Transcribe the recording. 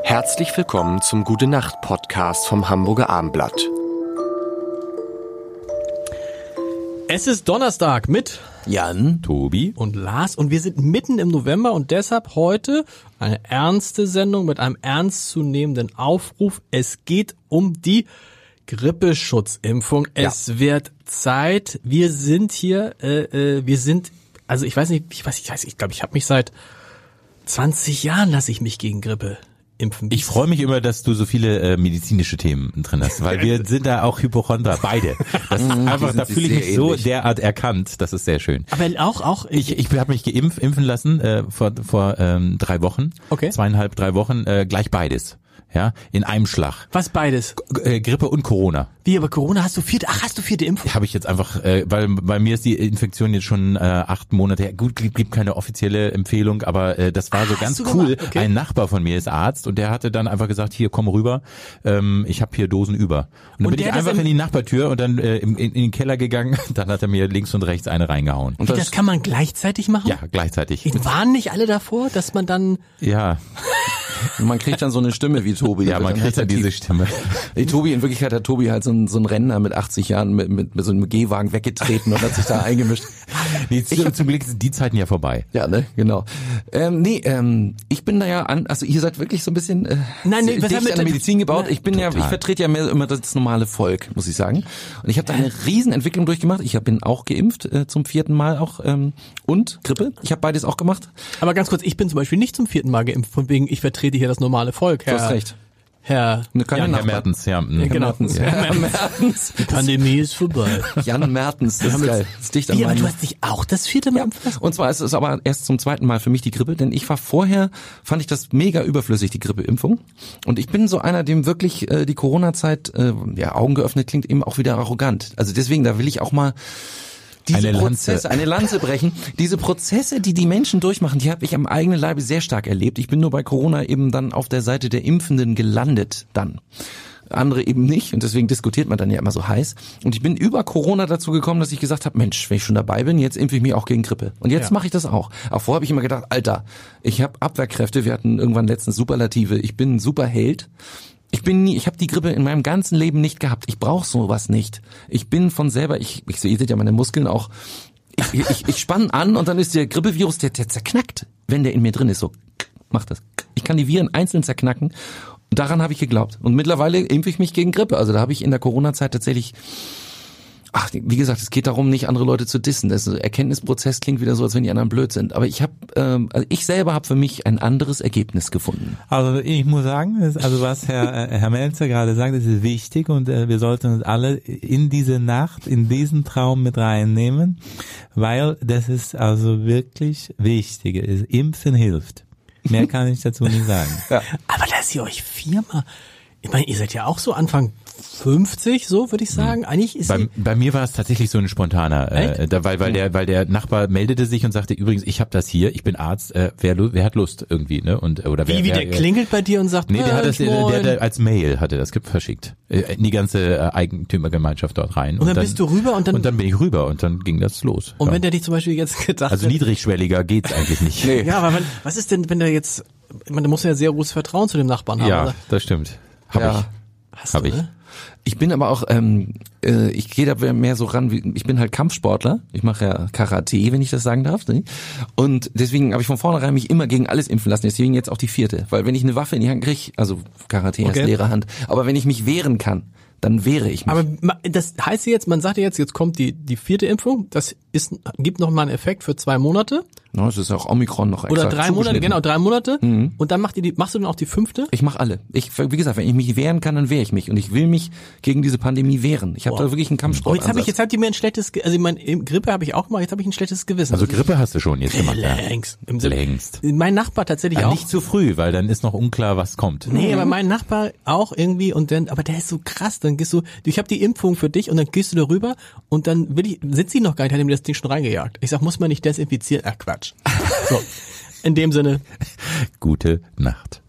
Herzlich willkommen zum Gute-Nacht-Podcast vom Hamburger Abendblatt. Es ist Donnerstag mit Jan, Tobi und Lars und wir sind mitten im November und deshalb heute eine ernste Sendung mit einem ernstzunehmenden Aufruf. Es geht um die Grippeschutzimpfung. Es wird Zeit. Wir sind hier, also ich glaube, ich habe mich seit 20 Jahren lasse ich mich gegen Grippe impfen. Ich freue mich immer, dass du so viele medizinische Themen drin hast, weil wir sind da auch Hypochonder, beide. Das ist einfach, da fühle ich mich so derart erkannt, das ist sehr schön. Aber auch ich habe mich impfen lassen vor 3 Wochen, okay. 2,5, 3 Wochen, gleich beides. Ja, in einem Schlag. Was beides? Grippe und Corona. Wie, aber Corona hast du vierte Impfung? Habe ich jetzt einfach, weil bei mir ist die Infektion jetzt schon 8 Monate her. Gut, gibt keine offizielle Empfehlung, aber das war so ganz cool. Okay. Ein Nachbar von mir ist Arzt und der hatte dann einfach gesagt, hier, komm rüber, ich habe hier Dosen über. Und dann bin ich einfach in die Nachbartür und dann in den Keller gegangen. Dann hat er mir links und rechts eine reingehauen. Und das kann man gleichzeitig machen? Ja, gleichzeitig. Waren nicht alle davor, dass man dann... Ja. Man kriegt dann so eine Stimme wie Tobi. Ja, man kriegt dann diese Stimme. Tobi, in Wirklichkeit hat Tobi halt so ein Rentner mit 80 Jahren mit so einem Gehwagen weggetreten und hat sich da eingemischt. Nee, zum Glück sind die Zeiten ja vorbei. Ja, ne, genau. Ich bin da ja also ihr seid wirklich so ein bisschen dicht an der Medizin gebaut. Ich vertrete ja mehr immer das normale Volk, muss ich sagen. Und ich habe da eine Riesenentwicklung durchgemacht. Ich bin auch geimpft, zum 4. Mal auch, und Grippe. Ich habe beides auch gemacht. Aber ganz kurz, ich bin zum Beispiel nicht zum 4. Mal geimpft, von wegen, ich vertrete hier das normale Volk. Du hast recht. Herr Mertens, ja. Genau. Herr Mertens. Die Pandemie ist vorbei. Jan Mertens, das ist geil. Das ist dicht an aber du hast dich auch das 4. Mal impfen lassen? Und zwar ist es aber erst zum 2. Mal für mich die Grippe, denn fand ich das mega überflüssig, die Grippeimpfung. Und ich bin so einer, dem wirklich die Corona-Zeit, Augen geöffnet klingt eben auch wieder arrogant. Also deswegen, da will ich auch mal eine Lanze brechen. Diese Prozesse, die Menschen durchmachen, die habe ich am eigenen Leibe sehr stark erlebt. Ich bin nur bei Corona eben dann auf der Seite der Impfenden gelandet dann. Andere eben nicht und deswegen diskutiert man dann ja immer so heiß. Und ich bin über Corona dazu gekommen, dass ich gesagt habe, Mensch, wenn ich schon dabei bin, jetzt impfe ich mich auch gegen Grippe. Und jetzt mache ich das auch. Auch vorher habe ich immer gedacht, Alter, ich habe Abwehrkräfte, wir hatten irgendwann letztens Superlative, ich bin ein Superheld. Ich habe die Grippe in meinem ganzen Leben nicht gehabt. Ich brauche sowas nicht. Ich bin von selber, ihr seht ja meine Muskeln auch, ich spann an und dann ist der Grippevirus, der zerknackt, wenn der in mir drin ist. So, macht das. Ich kann die Viren einzeln zerknacken. Und daran habe ich geglaubt. Und mittlerweile impfe ich mich gegen Grippe. Also da habe ich in der Corona-Zeit tatsächlich... wie gesagt, es geht darum, nicht andere Leute zu dissen. Der Erkenntnisprozess klingt wieder so, als wenn die anderen blöd sind. Aber ich selber habe für mich ein anderes Ergebnis gefunden. Also ich muss sagen, was Herr Melzer gerade sagt, das ist wichtig und wir sollten uns alle in diese Nacht, in diesen Traum mit reinnehmen, weil das ist also wirklich wichtig. Impfen hilft. Mehr kann ich dazu nicht sagen. Ja. Aber dass ihr euch 4-mal... Ich meine, ihr seid ja auch so Anfang 50, so würde ich sagen. Eigentlich ist bei mir war es tatsächlich so ein spontaner, weil der Nachbar meldete sich und sagte, übrigens, ich habe das hier, ich bin Arzt, wer hat Lust irgendwie, ne? Der klingelt bei dir und sagt, nee, der hat als Mail hatte das verschickt, in die ganze Eigentümergemeinschaft dort rein. Und dann bist du rüber und dann bin ich rüber und dann ging das los. Und wenn der dich zum Beispiel jetzt gedacht also niedrigschwelliger geht's eigentlich nicht. Nee. Ja, aber was ist denn, wenn der jetzt, da muss ja sehr großes Vertrauen zu dem Nachbarn haben. Ja, oder? Das stimmt. Hab ich. Ne? Ich bin aber auch, ich gehe da mehr so ran, ich bin halt Kampfsportler, ich mache ja Karate, wenn ich das sagen darf, ne? Und deswegen habe ich von vornherein mich immer gegen alles impfen lassen, deswegen jetzt auch die 4. Weil wenn ich eine Waffe in die Hand kriege, also Karate heißt leere Hand, aber wenn ich mich wehren kann, dann wehre ich mich. Aber das heißt jetzt, man sagt jetzt kommt die 4. Impfung, gibt noch mal einen Effekt für 2 Monate. No, es ist auch Omikron noch extra. Oder 3 Monate, genau, 3 Monate. Mhm. Und dann machst du dann auch die 5.? Ich mache alle. Wie gesagt, wenn ich mich wehren kann, dann wehre ich mich. Und ich will mich gegen diese Pandemie wehren. Ich habe da wirklich einen Kampfsport. Jetzt habt ihr mir ein schlechtes, also Grippe habe ich auch gemacht, jetzt habe ich ein schlechtes Gewissen. Also Grippe hast du schon jetzt gemacht. Längst. Längst. Mein Nachbar tatsächlich auch. Nicht zu früh, weil dann ist noch unklar, was kommt. Nee, aber mein Nachbar auch irgendwie aber der ist so krass, dann gehst du, ich habe die Impfung für dich und dann gehst du darüber und dann sitzt sie noch gar nicht, hat ihm das Ding schon reingejagt. Ich sag, muss man nicht desinfizieren? Ach Quatsch. So, in dem Sinne. Gute Nacht.